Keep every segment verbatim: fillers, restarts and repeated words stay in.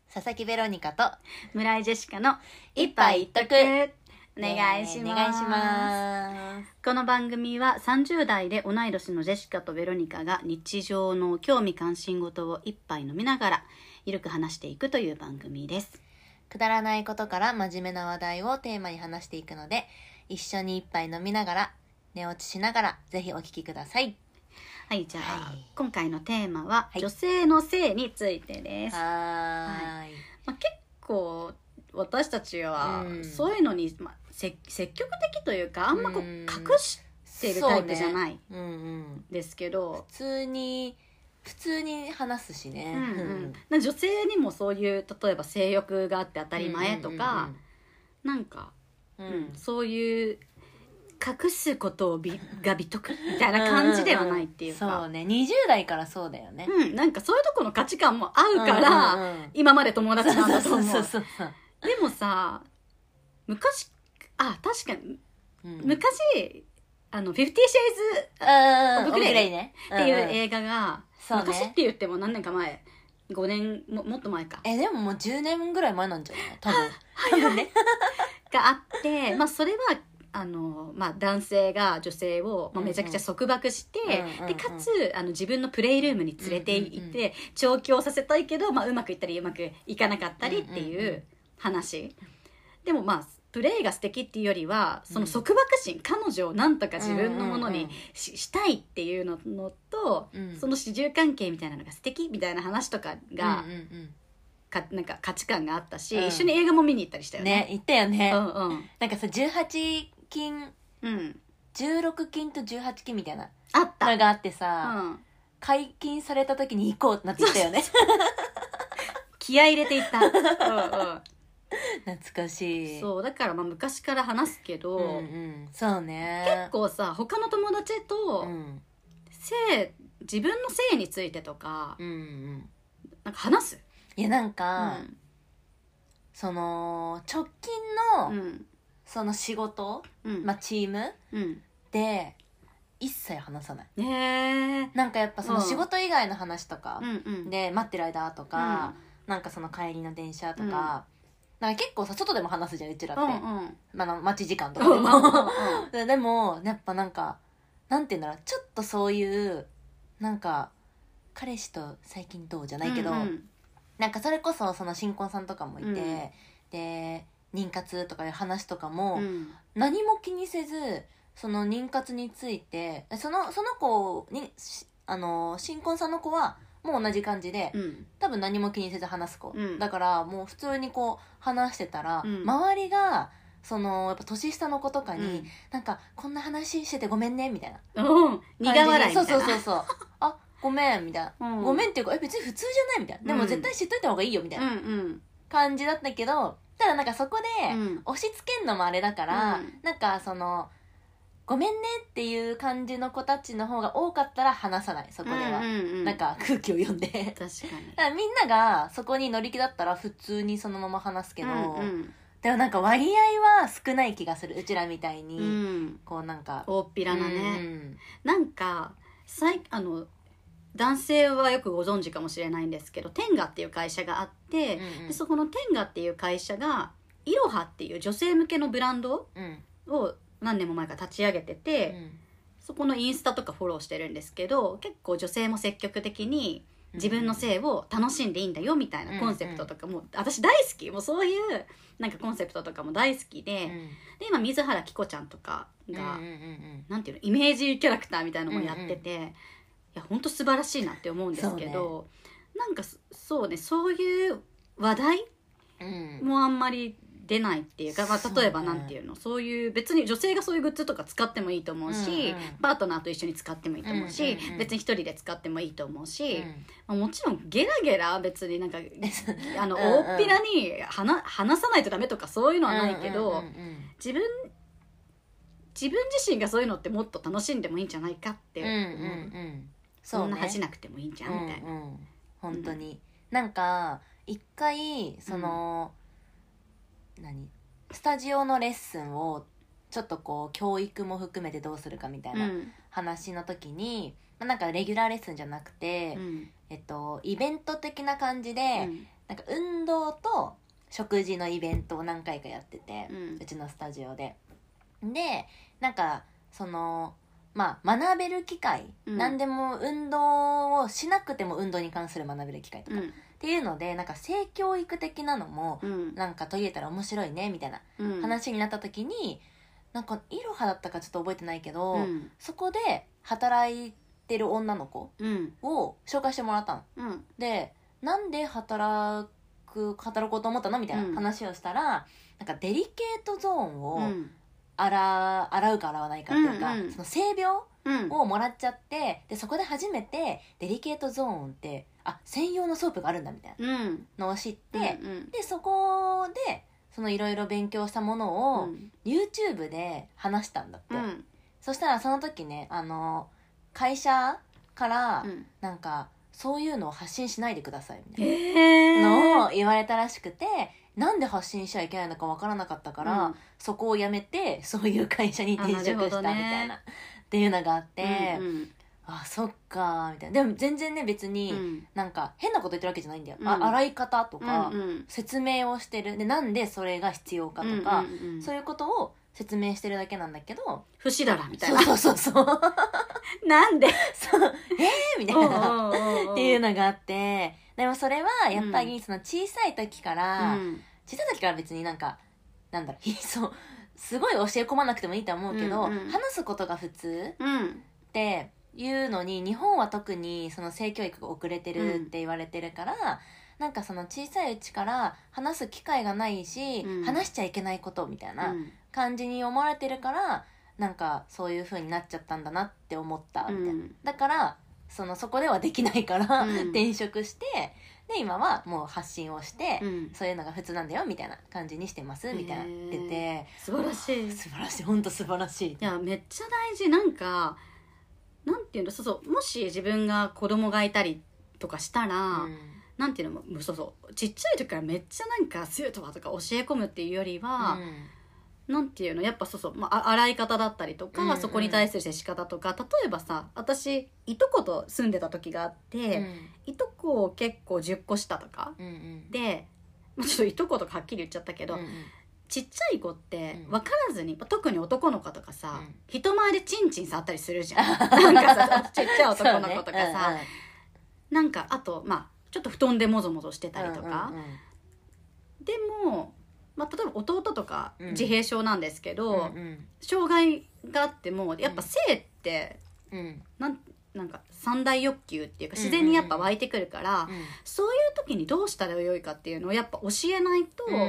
佐々木ベロニカと村井ジェシカの一杯一徳お願いします、 お願いします。 この番組はさんじゅう代で同い年のジェシカとベロニカが日常の興味関心事を一杯飲みながらゆるく話していくという番組です。 くだらないことから真面目な話題をテーマに話していくので、一緒に一杯飲みながら寝落ちしながらぜひお聞きください。 はい、じゃあ、 はい、 今回のテーマは、 はい、 女性の性についてです。 はーい、はい、 まあ、結構私たちはそういうのに、まあ、積極的というかあんまこう隠してるタイプじゃないですけど、 ね、うんうん、普通に普通に話すしね、 うんうん、女性にもそういう例えば性欲があって当たり前とか、うんうんうんうん、なんか、うん、そういう隠すことを美が美徳みたいな感じではないっていうか、 うんうんうん、そうね、にじゅう代からそうだよね、 うん、なんかそういうとこの価値観も合うから、うんうんうん、今まで友達なんだと思う。 そうそうそうそう。 でもさ、昔あ確かに、うん、昔あのフィフティシェイズ・オブ・グレイねっていう映画が、うんうん、昔って言っても何年か前、ごねん も, もっと前か、 えでももうじゅうねんぐらい前なんじゃない多分多分ねがあって、まあそれはあの、まあ、男性が女性を、まあ、めちゃくちゃ束縛して、うんうん、でかつあの自分のプレイルームに連れて行って、うんうんうん、調教させたいけど、まあ、うまくいったりうまくいかなかったりっていう話、うんうんうん、でもまあプレイが素敵っていうよりはその束縛心、うん、彼女をなんとか自分のものに し,、うんうん、したいっていうののと、うん、その主従関係みたいなのが素敵みたいな話とかが、うんうんうん、かなんか価値観があったし、うん、一緒に映画も見に行ったりしたよね。 ね、行ったよね、 うんうん、 なんかさじゅうはちきん、うん、じゅうろくきんとじゅうはちきんみたいなあったのがあってさ、うん、解禁された時に行こうってなって言ったよね気合い入れていった、うんうん、 懐かしい。 そうだからまあ昔から話すけど、うんうん、 そうね、 結構さ他の友達と、うん、性自分の性についてとか、うんうん、なんか話す。 いやなんか、うん、その直近の、うんその仕事、うんまあ、チーム、うん、で一切話さない、 ね、 なんかやっぱその仕事以外の話とか、うん、で待ってる間とか、うん、なんかその帰りの電車とか、うん、なんか結構さ外でも話すじゃんうちらって、うんうんまあ、待ち時間とかでも、うんうん、でもやっぱなんかなんていうんだろう、ちょっとそういうなんか彼氏と最近どうじゃないけど、うんうん、なんかそれこそその新婚さんとかもいて、うん、で妊活とかいう話とかも何も気にせず、その妊活についてそのその子にあの新婚さんの子はもう同じ感じで、うん、多分何も気にせず話す子、うん、だからもう普通にこう話してたら、うん、周りがそのやっぱ年下の子とかに、うん、なんかこんな話しててごめんねみたいな、うん、 苦笑いみたいな、 そうそうそうそうあごめんみたいな、うん、ごめんっていうかえ別に普通じゃないみたいな、でも絶対知っといた方がいいよみたいな感じだったけど、ただなんかそこで押し付けんのもあれだから、うん、なんかそのごめんねっていう感じの子たちの方が多かったら話さない、そこでは、うんうんうん、なんか空気を読んで確かにだからみんながそこに乗り気だったら普通にそのまま話すけど、うんうん、でもなんか割合は少ない気がする、うちらみたいに、うん、こうなんか大っぴらなね、うんうん、なんかあの男性はよくご存知かもしれないんですけど、テンガっていう会社があって、うんうん、でそこのテンガっていう会社がイロハっていう女性向けのブランドを何年も前から立ち上げてて、うん、そこのインスタとかフォローしてるんですけど、結構女性も積極的に自分の性を楽しんでいいんだよみたいなコンセプトとかも、うんうん、私大好き、もうそういうなんかコンセプトとかも大好きで、うん、で今水原希子ちゃんとかが、うんうんうん、なんていうのイメージキャラクターみたいなのもやってて、うんうんいや本当素晴らしいなって思うんですけど、ね、なんかそうね、そういう話題もあんまり出ないっていうか、うんまあ、例えばなんていうの、そういう別に女性がそういうグッズとか使ってもいいと思うし、うんうん、パートナーと一緒に使ってもいいと思うし、うんうんうん、別に一人で使ってもいいと思うし、うんまあ、もちろんゲラゲラ別になんかあの大っぴらに話、話さないとダメとかそういうのはないけど、うんうんうんうん、自分自分自身がそういうのってもっと楽しんでもいいんじゃないかって思う、うんうんうんそんな恥じなくてもいいんじゃん、みたいな、うんうん、 本当に、うん、なんか一回その、うん、何スタジオのレッスンをちょっとこう教育も含めてどうするかみたいな話の時に、うんまあ、なんかレギュラーレッスンじゃなくて、うんえっと、イベント的な感じで、うんなんか運動と食事のイベントを何回かやってて、 うん、 うちのスタジオででなんかそのまあ学べる機会、うん、何でも運動をしなくても運動に関する学べる機会とか、うん、っていうのでなんか性教育的なのも、うん、なんか取り入れたら面白いねみたいな話になった時に、なんかイロハだったかちょっと覚えてないけど、うん、そこで働いてる女の子を紹介してもらったの、うん、でなんで働く働こうと思ったのみたいな話をしたら、うん、なんかデリケートゾーンを、うん洗, 洗うか洗わないかっていうか、うんうん、その性病をもらっちゃって、でそこで初めてデリケートゾーンってあ専用のソープがあるんだみたいなのを知って、うんうん、でそこでそのいろいろ勉強したものを、うん、YouTube で話したんだって、うん、そしたらその時ねあの会社からなんか、そういうのを発信しないでくださいみたいなのを言われたらしくて、なんで発信しちゃいけないのかわからなかったから、うん、そこをやめてそういう会社に転職したみたいなっていうのがあって、うんうん、あそっかみたいな。でも全然ね別に、うん、なんか変なこと言ってるわけじゃないんだよ、うん、あ洗い方とか、うんうん、説明をしてるでなんでそれが必要かとか、うんうんうん、そういうことを説明してるだけなんだけど、 不死だらみたいな、 そうそうそうなんでそうえーみたいなっていうのがあって、でもそれはやっぱりその小さい時から、うん、小さい時から別になんかなんだろうそうすごい教え込まなくてもいいと思うけど、うんうん、話すことが普通、うん、っていうのに日本は特にその性教育が遅れてるって言われてるから、うん、なんかその小さいうちから話す機会がないし、うん、話しちゃいけないことみたいな感じに思われてるから、なんかそういう風になっちゃったんだなって思ったみたいな、うん、だからそのそこではできないから、うん、転職してで今はもう発信をして、うん、そういうのが普通なんだよみたいな感じにしてますみたいな言ってて、 素晴らしい素晴らしい本当素晴らしい。いやめっちゃ大事。なんかなんていうのそうそうもし自分が子供がいたりとかしたら、うん、なんていうのもうそうそうちっちゃい時からめっちゃなんかスーとかとか教え込むっていうよりは、うん、なんていうのやっぱそうそう、まあ、洗い方だったりとか、うんうん、そこに対する接し方とか、例えばさ私いとこと住んでた時があって、うん、いとこを結構じゅっこ下とか、うんうん、で、まあ、ちょっといとことかはっきり言っちゃったけど、うんうん、ちっちゃい子って分からずに、うん、特に男の子とかさ、うん、人前でチンチン触ったりするじゃんなんかさちっちゃい男の子とかさ、ねうん、なんかあとまあちょっと布団でもぞもぞしてたりとか、うんうんうん、でもまあ、例えば弟とか自閉症なんですけど、うんうんうん、障害があってもやっぱ性って、うん、なんなんか三大欲求っていうか自然にやっぱ湧いてくるから、うんうんうん、そういう時にどうしたらよいかっていうのをやっぱ教えないと、うんうん、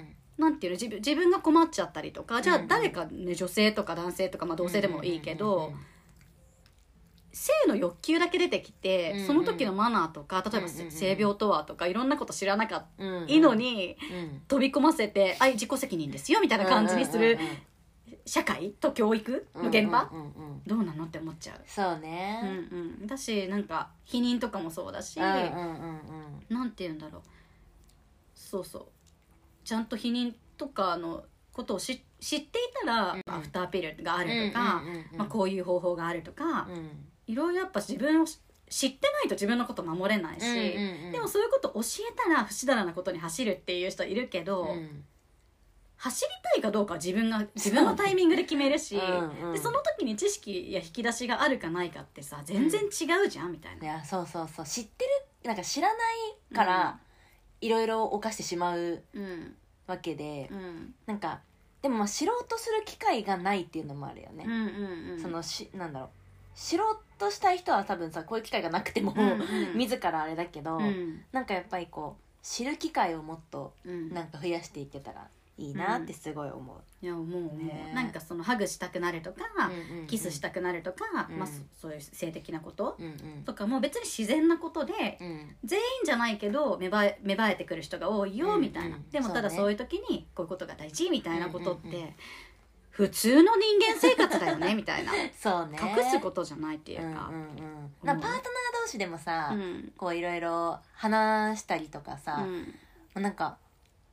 なんていうの 自分、自分が困っちゃったりとか、じゃあ誰か、ね、女性とか男性とか、まあ、同性でもいいけど、うんうんうんうん、性の欲求だけ出てきて、うんうん、その時のマナーとか例えば性病とはとかいろんなこと知らなかったのに、うんうん、飛び込ませてあ自己責任ですよみたいな感じにする社会と教育の現場、うんうんうんうん、どうなのって思っちゃう。 そうね、 うんうん、だしなんか避妊とかもそうだし、うんうんうんうん、なんて言うんだろうそうそうちゃんと避妊とかのことを知っていたら、うん、アフターピルがあるとか、うんうんうんうんまあ、こういう方法があるとか、うんいろいろやっぱ自分を知ってないと自分のこと守れないし、うんうんうん、でもそういうこと教えたら不死だらなことに走るっていう人いるけど、うん、走りたいかどうかは自分が自分のタイミングで決めるし、うんうん、でその時に知識や引き出しがあるかないかってさ全然違うじゃん、うん、みたいな。 いやそうそうそう知ってるなんか知らないからいろいろ犯してしまうわけで、うん、なんかでもまあ知ろうとする機会がないっていうのもあるよね、うんうんうん、そのしなんだろう知ろうとしたい人は多分さこういう機会がなくても、うんうん、自らあれだけど、うん、なんかやっぱりこう知る機会をもっとなんか増やしていけたらいいなってすごい思う、 うん、いやもう、ね、なんかそのハグしたくなるとか、うんうんうん、キスしたくなるとか、うんまあ、そ, そういう性的なこと、うんうん、とかも別に自然なことで、うん、全員じゃないけど芽生え、芽生えてくる人が多いよみたいな、うんうん、でもただそういう時にこういうことが大事みたいなことって、うんうんうん普通の人間生活だよねみたいなそうね隠すことじゃないっていうか、うんうんうん、 パートナー同士でもさ、うん、こういろいろ話したりとかさ、うん、なんか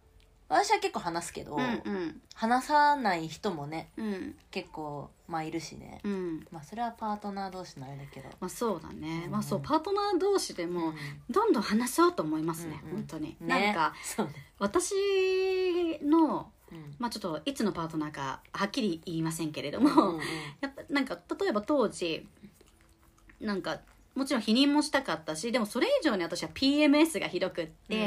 私は結構話すけど、 うんうん、 話さない人もね、 うん、 結構まあいるしね、 うん、 まあそれはパートナー同士のあれだけど、 まあそうだね、 うん、 まあそうパートナー同士でもどんどん話そうと思いますね、うんうん、本当に、ね、なんか、ね、私のまあちょっといつのパートナーかはっきり言いませんけれども、うんうん、やっぱなんか例えば当時なんかもちろん避妊もしたかったし、でもそれ以上に私は ピーエムエス がひどくって、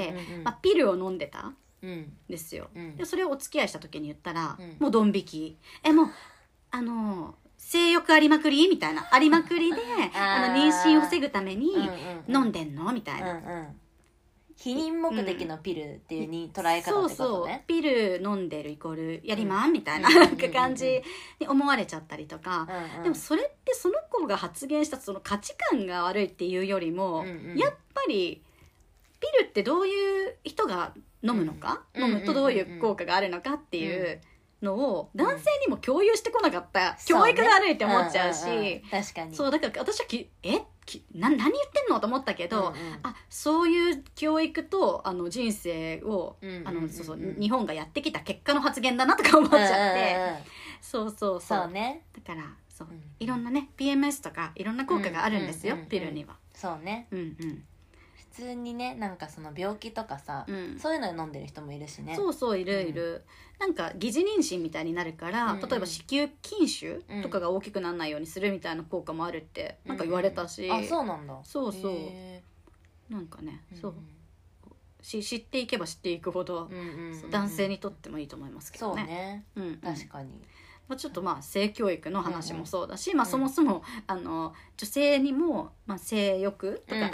うんうんうん、まあ、ピルを飲んでたんですよ、うん、でそれをお付き合いした時に言ったら、うん、もうドン引き、えもうあの性欲ありまくりみたいな、ありまくりであの妊娠を防ぐために飲んでんのみたいな、うんうん、 避妊目的のピルっていうに捉え方ってことね、 そうそうピル飲んでるイコールやりまん、うん、みたいな、なんか感じに思われちゃったりとか、うんうん、でもそれってその子が発言したその価値観が悪いっていうよりも、うんうん、やっぱりピルってどういう人が飲むのか、うん、飲むとどういう効果があるのかっていうのを男性にも共有してこなかった、うん、教育が悪いって思っちゃうし、うんうんうん、 確かにそうだから私はきえな何言ってんのと思ったけど、うんうん、あそういう教育とあの人生を、うんうんうんうん、あのそうそう日本がやってきた結果の発言だなとか思っちゃって、うんうんうん、そうそうそう、 そうね、 だからそう、うんうん、いろんなね ピーエムエス とかいろんな効果があるんですよ、うんうんうんうん、ピルには。 そうね、 うんうん、 普通にねなんかその病気とかさ、うん、そういうの飲んでる人もいるしね。 そうそういるいる、うん、なんか疑似妊娠みたいになるから、うんうん、例えば子宮筋腫とかが大きくならないようにするみたいな効果もあるってなんか言われたし、 うんうん、あそうなんだ。 そうそうなんかね、うんうん、そうし知っていけば知っていくほど、うんうんうん、男性にとってもいいと思いますけどね。 そうね、うんうん、確かに。 まあ、ちょっとまあ性教育の話もそうだし、うんうん、まあ、そもそもあの女性にもまあ性欲とかあって、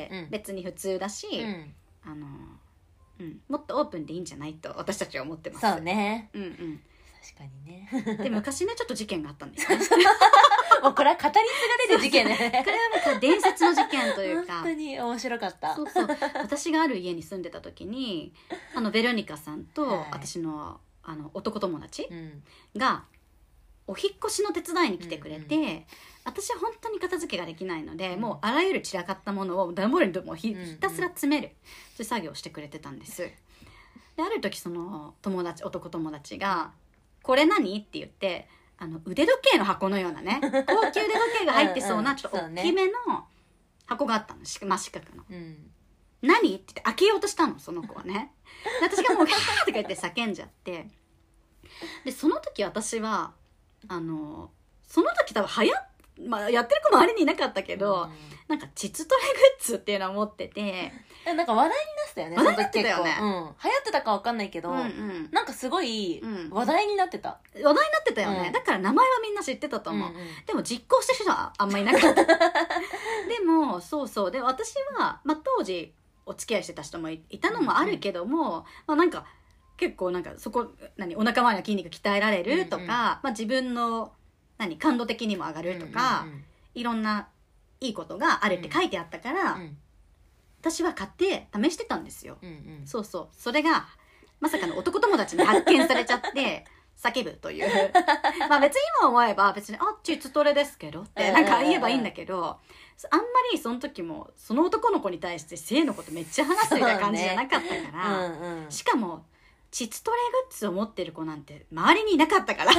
うんうんうんうん、別に普通だし、うん、あのうん、もっとオープンでいいんじゃないと私たちは思ってます。 そうね、 うんうん、 確かにね。 で昔ねちょっと事件があったんですよね。 もうこれは語り継がれる事件ね。 これはもう伝説の事件というか本当に面白かった。 そうそう私がある家に住んでた時にあのベロニカさんと私の、はい、あの男友達がお引っ越しの手伝いに来てくれて、うんうん、私は本当に片付けができないので、うん、もうあらゆる散らかったものを段ボールにもう ひ,、うんうん、ひたすら詰めるそういう作業をしてくれてたんです。である時その友達男友達が「これ何?」って言ってあの腕時計の箱のようなね高級腕時計が入ってそうなちょっと大きめの箱があったの真四角の、うん、何って言って開けようとしたのその子はね。で私がもう「キャー!」とか言って叫んじゃってでその時私はあのその時多分はや、まあ、やってる子周りにいなかったけど、うん、なんか膣トレグッズっていうのを持っててなんか話題になってたよね。 話題になってたよね、 うん、流行ってたか分かんないけど、うんうん、なんかすごい話題になってた、 うん、話題になってたよね、うん、だから名前はみんな知ってたと思う、うんうん、でも実行してる人はあんまりいなかったでもそうそうで私は、まあ、当時お付き合いしてた人もいたのもあるけども、うんうん、まあなんか結構なんかそこ何お腹周りの筋肉鍛えられるとか、うんうんまあ、自分の何感度的にも上がるとか、うんうんうん、いろんないいことがあるって書いてあったから、うん、私は買って試してたんですよ、うんうん、そうそうそれがまさかの男友達に発見されちゃって叫ぶというまあ別に今思えば別に「あ膣トレですけど」ってなんか言えばいいんだけど、あんまりその時もその男の子に対して性のことめっちゃ話すみたいな感じじゃなかったから、ねうんうん、しかも膣トレグッズを持ってる子なんて周りにいなかったから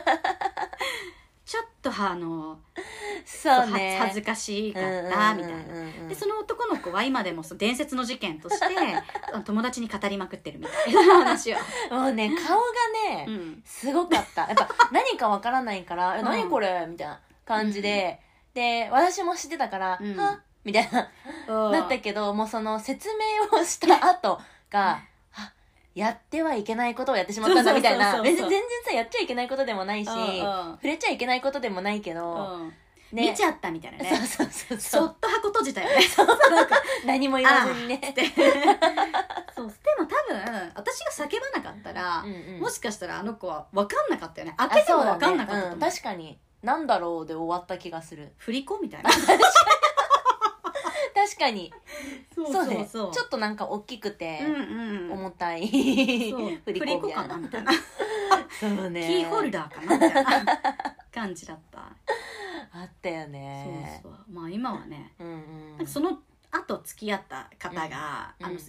ちょっとあのそうね恥ずかしかったみたいな、でその男の子は今でもその伝説の事件として友達に語りまくってるみたいな話をもうね顔がね、うん、すごかったやっぱ何かわからないから「え何これ?」みたいな感じで、うん、で私も知ってたから「うん、はっ?」みたいななったけどもうその説明をした後がやってはいけないことをやってしまったんだみたいな、別に全然さやっちゃいけないことでもないし、うんうん、触れちゃいけないことでもないけど、 うんね、見ちゃったみたいなね。 そうそうそうそっと箱閉じたよね。 何も言わずにね。 そうでも多分私が叫ばなかったら、うんうん、もしかしたらあの子は分かんなかったよね。開けても分かんなかったと思う。 ねうん、確かになんだろうで終わった気がする。 振り子みたいな。 確かにそうそうそうそう、ちょっとなんか大きくて重たい、うんうん、 振り子かなみたいなそうねキーホルダーかなみたいな感じだったあったよね。 そうそうまあ今はね、 うんうん、 その後付き合った方が、うん、あのや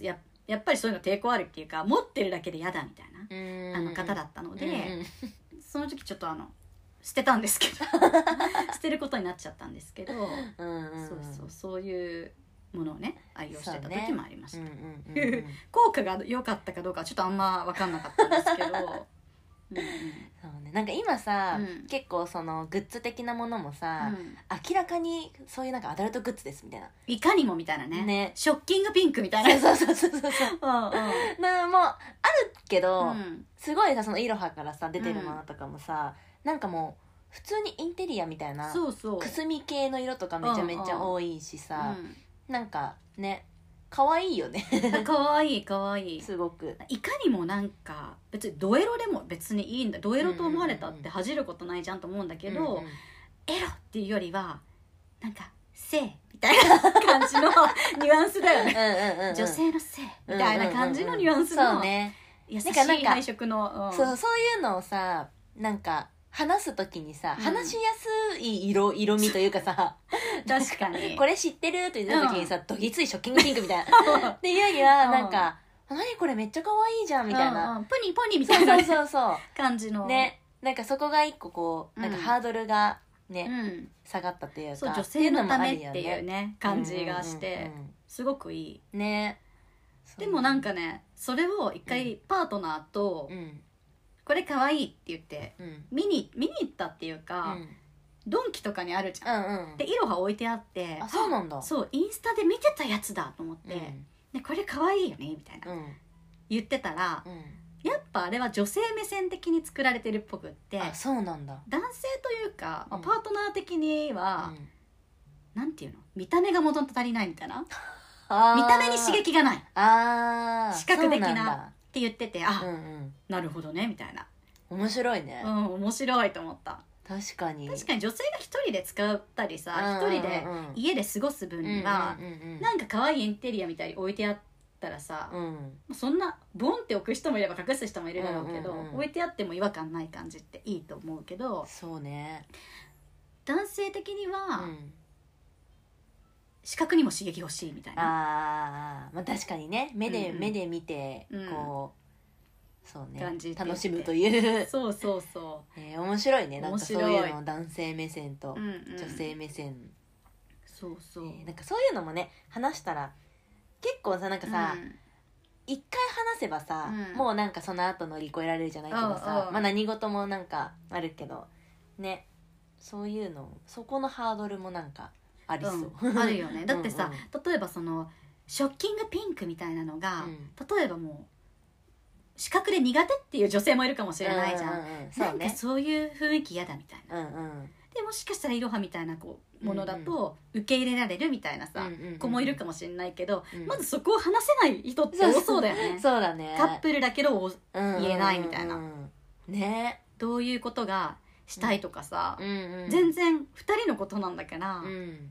やっぱりそういうの抵抗あるっていうか、持ってるだけで嫌だみたいなあの方だったので、うんうん、その時ちょっとあの捨てたんですけど捨てることになっちゃったんですけど、うんうん、そうそうそういうものをね愛用してた時もありました、ねうんうんうんうん、効果が良かったかどうかはちょっとあんま分かんなかったんですけどうんうん、 そうね、なんか今さ、うん、結構そのグッズ的なものもさ、うん、明らかにそういうなんかアダルトグッズですみたいな、 いかにもみたいな ね, ねショッキングピンクみたいなそうそうそうそうそううん、うん、なもうあるけど、うん、すごいさそのイロハからさ出てるものとかもさ、うん、なんかもう普通にインテリアみたいなそうそうくすみ系の色とかめちゃめちゃ多いしさ、うんうん、なんかね可愛いよね可愛い可愛いすごくいかにもなんか別にドエロでも別にいいんだ、ドエロと思われたって恥じることないじゃんと思うんだけど、うんうんうん、エロっていうよりはなんか性みたいな感じのニュアンスだよねうんうん、うん、女性の性みたいな感じのニュアンスの、うんうんうん、そうね優しい配色の、 うん、そうそういうのをさなんか話すときにさ、うん、話しやすい色色味というかさ確かにこれ知ってるって言ったときにさ、うん、どぎついショッキングピンクみたいなっていうよりは、うん、なんか何これめっちゃ可愛いじゃんみたいな、 うんうん、ポニーポニーみたいな、 そうそうそう感じのね、なんかそこが一個こうなんかハードルがね、うん、下がったっていうか、 そう女性のためっていうね感じがして、うんうんうんうん、すごくいいね。 でもなんかねそれを一回パートナーと、うん、これ可愛いって言って、うん、見に見に行ったっていうか、うん、ドンキとかにあるじゃん、うんうん、でイロハ置いてあって、 あそうなんだ、 そうインスタで見てたやつだと思って、うん、でこれ可愛いよねみたいな、うん、言ってたら、うん、やっぱあれは女性目線的に作られてるっぽくって、 あそうなんだ、 男性というか、まあ、パートナー的には、うん、なんていうの見た目が元々足りないみたいな見た目に刺激がない、あ視覚的なって言ってて、あ、うんうん、なるほどねみたいな、 面白いね、 うん面白いと思った。 確かに確かに女性が一人で使ったりさ、一、うんうん、人で家で過ごす分には、うんうんうんうん、なんか可愛いインテリアみたいに置いてあったらさ、うん、そんなボンって置く人もいれば隠す人もいるだろうけど、うんうんうん、置いてあっても違和感ない感じっていいと思うけど、 そうね、 男性的には、うん視覚にも刺激欲しいみたいな、 あ、まあ確かにね、目で、うんうん、目で見てこう、うん、そうね感じ楽しむというそうそうそう、 えー、面白いね、なんかそういうの男性目線と女性目線、うんうん、 そうそう、えー、なんかそういうのもね話したら結構さなんかさ、うん、一回話せばさ、うん、もうなんかその後乗り越えられるじゃないけどさ、まあ何事もなんかあるけどね、そういうのそこのハードルもなんかありそう、 うん、あるよね。だってさ、うんうん、例えばそのショッキングピンクみたいなのが、うん、例えばもう視覚で苦手っていう女性もいるかもしれないじゃん、うんうんうん、なんかそういう雰囲気嫌だみたいな、うんうん、でもしかしたらイロハみたいなこうものだと受け入れられるみたいなさ、うんうん、子もいるかもしれないけど、うん、まずそこを話せない人って多そうだよね。 そうだね、 カップルだけど言えないみたいな、うんうんうん、ね、 どういうことがしたいとかさ、うんうんうん、全然ふたりのことなんだから、うん、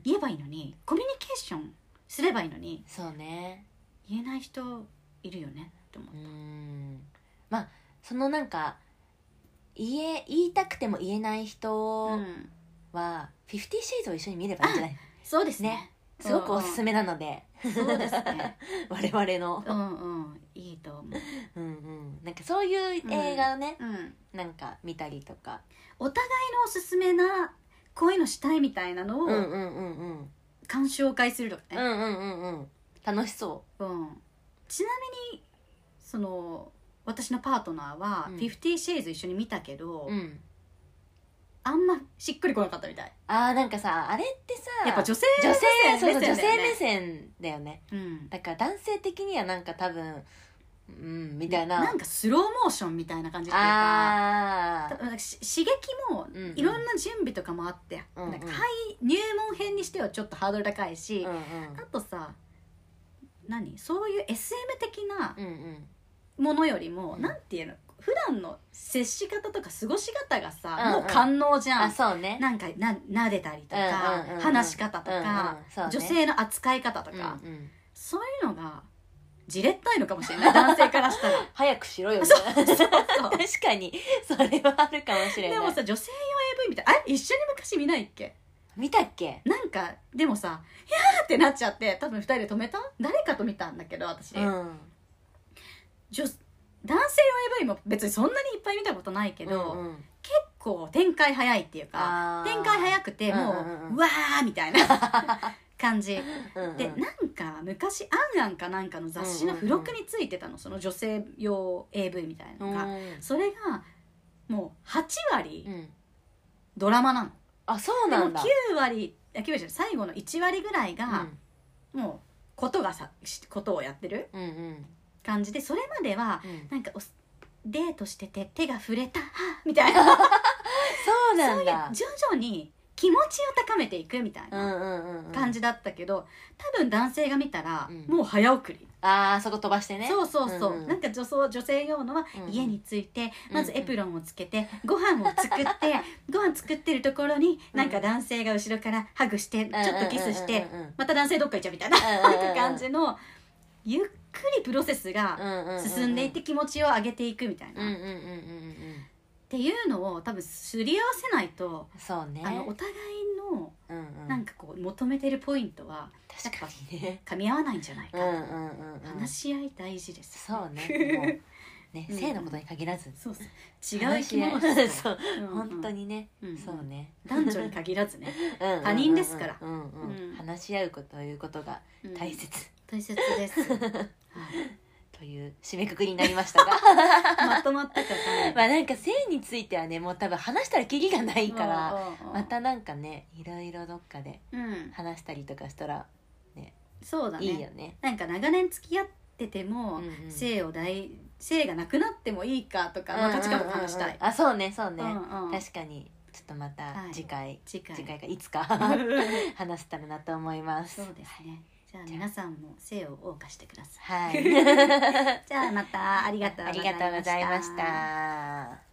言えばいいのに、コミュニケーションすればいいのに、 そうね、 言えない人いるよねって思った。うーん、まあそのなんか言え言いたくても言えない人は、うん、フィフティーシェイズを一緒に見ればいいんじゃない？ そうですね、 すごくおすすめなので、 そうですね我々のうんうんいいと思ううんうん、なんかそういう映画をね、うんうん、なんか見たりとか、 お互いのおすすめなこういうのしたいみたいなのを鑑賞会するとかね、 うんうんうんうん、楽しそう、 うん、ちなみにその私のパートナーは、うん、フィフティーシェイズ一緒に見たけど、うん、あんましっくりこなかったみたい。 あーなんかさあれってさやっぱ女性女性目線、 そうそう女性目線だよね、うん、だから男性的にはなんか多分うんみたいな、 なんかスローモーションみたいな感じっていうか、あ刺激もいろんな準備とかもあって、うんうん、なんか入門編にしてはちょっとハードル高いし、うんうん、あとさ何そういう エスエム 的なものよりも、うん、なんていうの普段の接し方とか過ごし方がさ、うんうん、もう官能じゃん。 あそうね、 なんかな撫でたりとか、うんうんうん、話し方とか、うんうんね、女性の扱い方とか、うんうん、そういうのがじれったいのかもしれない男性からしたら早くしろよみたいなそうそうそう確かにそれはあるかもしれない。 でもさ女性用 エーブイ みたいなあれ一緒に昔見ないっけ？ 見たっけ？ なんかでもさ「いやー」ってなっちゃって多分ふたりで止めた誰かと見たんだけど私、うん、 女男性の エーブイ も別にそんなにいっぱい見たことないけど、うんうん、結構展開早いっていうか展開早くてもう、うんうんうん、うわーみたいな感じうん、うん、でなんか昔アンアンかなんかの雑誌の付録についてたの、その女性用 エーブイ みたいなのが、うん、それがもうはちわりドラマなの、うん、 あそうなんだ。 でもきゅうわりきゅうわりじゃない最後のいちわりぐらいが、うん、もうことがさことをやってる、うんうん感じで、それまでは、うん、なんかおデートしてて手が触れたみたいなそうなんだ。 そういう徐々に気持ちを高めていくみたいな感じだったけど、多分男性が見たら、うん、もう早送り。 あーそこ飛ばしてね。 そうそうそう、うんうん、なんか女装女性用のは家に着いて、うん、まずエプロンをつけて、うん、ご飯を作ってご飯作ってるところに、うん、なんか男性が後ろからハグしてちょっとキスして、また男性どっか行っちゃうみたいな、なんか感じのゆっくりプロセスが進んでいって気持ちを上げていくみたいなっていうのを多分すり合わせないと、 そうね、 あのお互いのなんかこう求めてるポイントは確かにね噛み合わないんじゃないかな、うんうんうんうん、話し合い大事です、 そうね、もうね、性のことに限らず、 そうそう違う生き物ですそう、うんうん、本当にね、うんうん、そうね、 男女に限らずね他人ですから、うんうんうん、話し合うことということが大切、 うん、大切です、はい、 という締めくくりになりましたがまとまったかなまあなんか性についてはねもう多分話したらキリがないからまたなんかねいろいろどっかで話したりとかしたらね、 うん、そうだね、 いいよね。 なんか長年付き合ってても、うんうん、性を大性がなくなってもいいかとか、まあ、価値観も話したい、うんうんうん、 あそうねそうね、 うんうん、 確かにちょっとまた次回、はい、 次回次回かいつか話せたらなと思います。 そうですね。じゃあ皆さんも性を謳歌してください。はい。 じゃあまたありがとうございました。 ありがとうございました。